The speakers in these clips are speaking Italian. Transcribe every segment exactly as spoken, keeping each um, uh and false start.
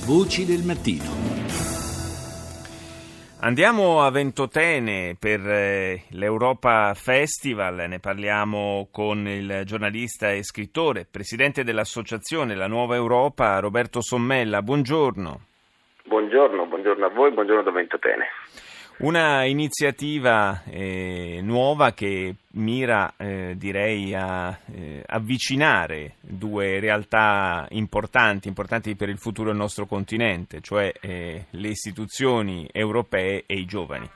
Voci del mattino. Andiamo a Ventotene per eh, l'Europa Festival, ne parliamo con il giornalista e scrittore, presidente dell'associazione La Nuova Europa, Roberto Sommella. Buongiorno. Buongiorno, buongiorno a voi, buongiorno da Ventotene. Una iniziativa eh, nuova che mira, eh, direi, a eh, avvicinare due realtà importanti, importanti per il futuro del nostro continente, cioè eh, le istituzioni europee e i giovani.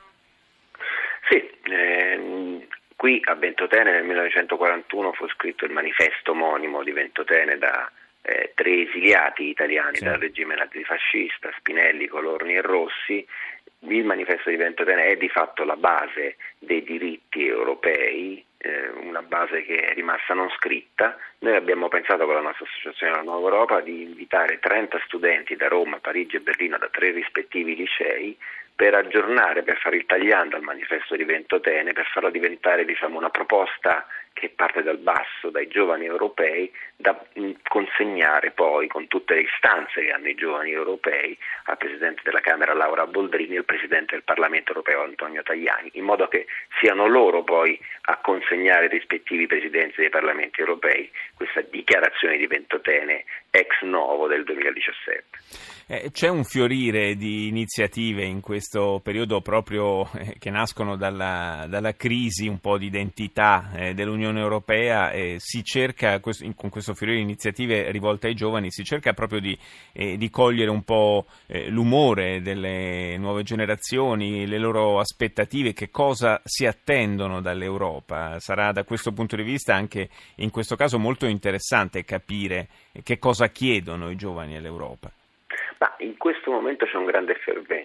Sì, ehm, qui a Ventotene nel millenovecentoquarantuno fu scritto il manifesto omonimo di Ventotene da eh, tre esiliati italiani sì. dal regime nazifascista, Spinelli, Colorni e Rossi. Il manifesto di Ventotene è di fatto la base dei diritti europei, eh, una base che è rimasta non scritta. Noi abbiamo pensato con la nostra associazione La Nuova Europa di invitare trenta studenti da Roma, Parigi e Berlino, da tre rispettivi licei, per aggiornare, per fare il tagliando al manifesto di Ventotene, per farlo diventare diciamo una proposta che parte dal basso, dai giovani europei, da consegnare poi con tutte le istanze che hanno i giovani europei al Presidente della Camera Laura Boldrini e al Presidente del Parlamento Europeo Antonio Tajani, in modo che siano loro poi a consegnare ai rispettivi Presidenzi dei Parlamenti Europei questa dichiarazione di Ventotene ex novo del duemiladiciassette. Eh, c'è un fiorire di iniziative in questo periodo proprio eh, che nascono dalla, dalla crisi un po' di identità eh, dell'Unione Europea e si cerca, con questo fiorire di iniziative rivolte ai giovani, si cerca proprio di, eh, di cogliere un po' eh, l'umore delle nuove generazioni, le loro aspettative, che cosa si attendono dall'Europa. Sarà da questo punto di vista anche in questo caso molto interessante capire che cosa chiedono i giovani all'Europa. Ma in questo momento c'è un grande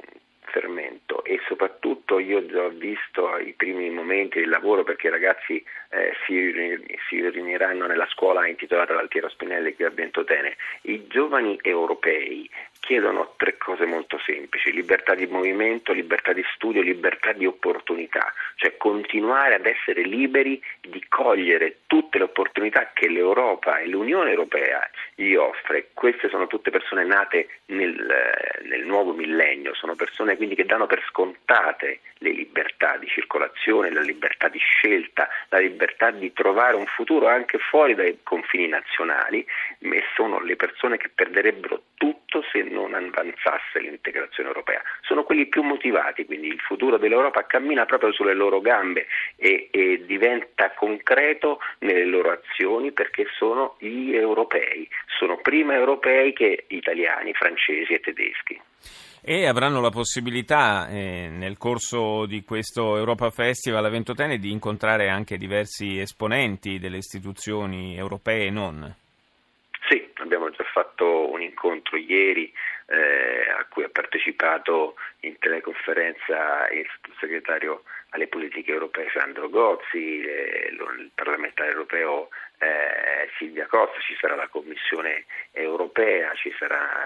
fermento e soprattutto io già ho visto i primi momenti del lavoro, perché i ragazzi eh, si, si riuniranno nella scuola intitolata Altiero Spinelli qui a Ventotene. I giovani europei chiedono tre cose molto semplici: libertà di movimento, libertà di studio, libertà di opportunità, cioè continuare ad essere liberi di cogliere tutte le opportunità che l'Europa e l'Unione Europea gli offre. Queste sono tutte persone nate nel, nel nuovo millennio, sono persone quindi che danno per scontate le libertà di circolazione, la libertà di scelta, la libertà di trovare un futuro anche fuori dai confini nazionali, e sono le persone che perderebbero tutto se non avanzasse l'integrazione europea. Sono quelli più motivati, quindi il futuro dell'Europa cammina proprio sulle loro gambe e, e diventa concreto nelle loro azioni, perché sono gli europei, sono prima europei che italiani, francesi e tedeschi. E avranno la possibilità eh, nel corso di questo Europa Festival a Ventotene di incontrare anche diversi esponenti delle istituzioni europee e non. Sì, abbiamo già fatto un incontro ieri eh, a cui ha partecipato in teleconferenza il sottosegretario alle politiche europee Sandro Gozzi, eh, il parlamentare europeo eh, Silvia Costa, ci sarà la Commissione europea, ci sarà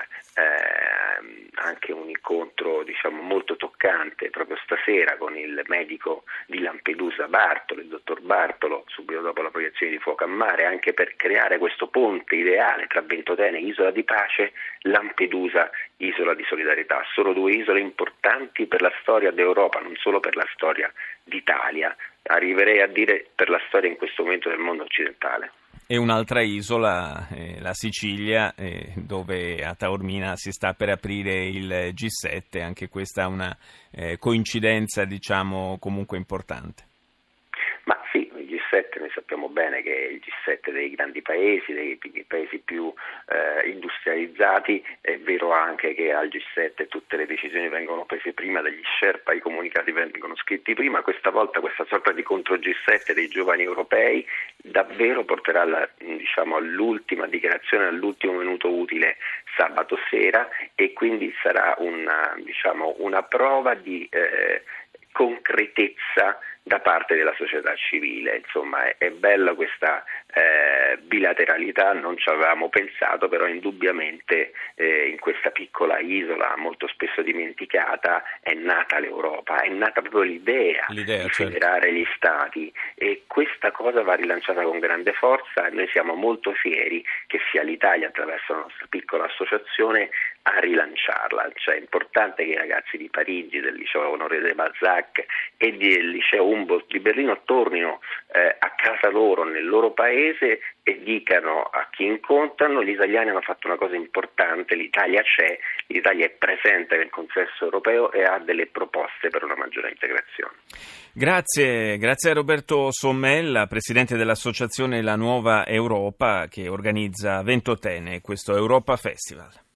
eh, anche un incontro diciamo molto toccante proprio stasera con il medico di Lampedusa Bartolo, il dottor Bartolo, subito dopo la proiezione di Fuoco a Mare, anche per creare questo ponte ideale tra Ventotene, isola di pace, Lampedusa, isola di solidarietà. Sono due isole importanti per la storia d'Europa, non solo per la storia d'Italia, arriverei a dire per la storia in questo momento del mondo occidentale. E un'altra isola, eh, la Sicilia, eh, dove a Taormina si sta per aprire il G sette, anche questa è una eh, coincidenza diciamo comunque importante. Ma sì, il G sette noi sappiamo bene che è il G sette dei grandi paesi, dei, dei paesi più eh, industrializzati. È vero anche che al G sette tutte le decisioni vengono prese prima dagli Sherpa, i comunicati vengono scritti prima. Questa volta questa sorta di contro G sette dei giovani europei davvero porterà alla, diciamo, all'ultima dichiarazione, all'ultimo minuto utile sabato sera, e quindi sarà una, diciamo, una prova di eh, concretezza da parte della società civile. Insomma, è, è bella questa eh, bilateralità, non ci avevamo pensato, però indubbiamente eh, in questa piccola isola molto spesso dimenticata è nata l'Europa, è nata proprio l'idea, l'idea di certo. federare gli stati, e questa cosa va rilanciata con grande forza. Noi siamo molto fieri che sia l'Italia, attraverso la nostra piccola associazione, a rilanciarla. Cioè, è importante che i ragazzi di Parigi, del liceo Honoré de Balzac e del liceo Humboldt di Berlino tornino eh, a casa loro, nel loro paese, e dicano a chi incontrano: gli italiani hanno fatto una cosa importante, l'Italia c'è, l'Italia è presente nel consesso europeo e ha delle proposte per una maggiore integrazione. Grazie, grazie a Roberto Sommella, presidente dell'associazione La Nuova Europa, che organizza a Ventotene questo Europa Festival.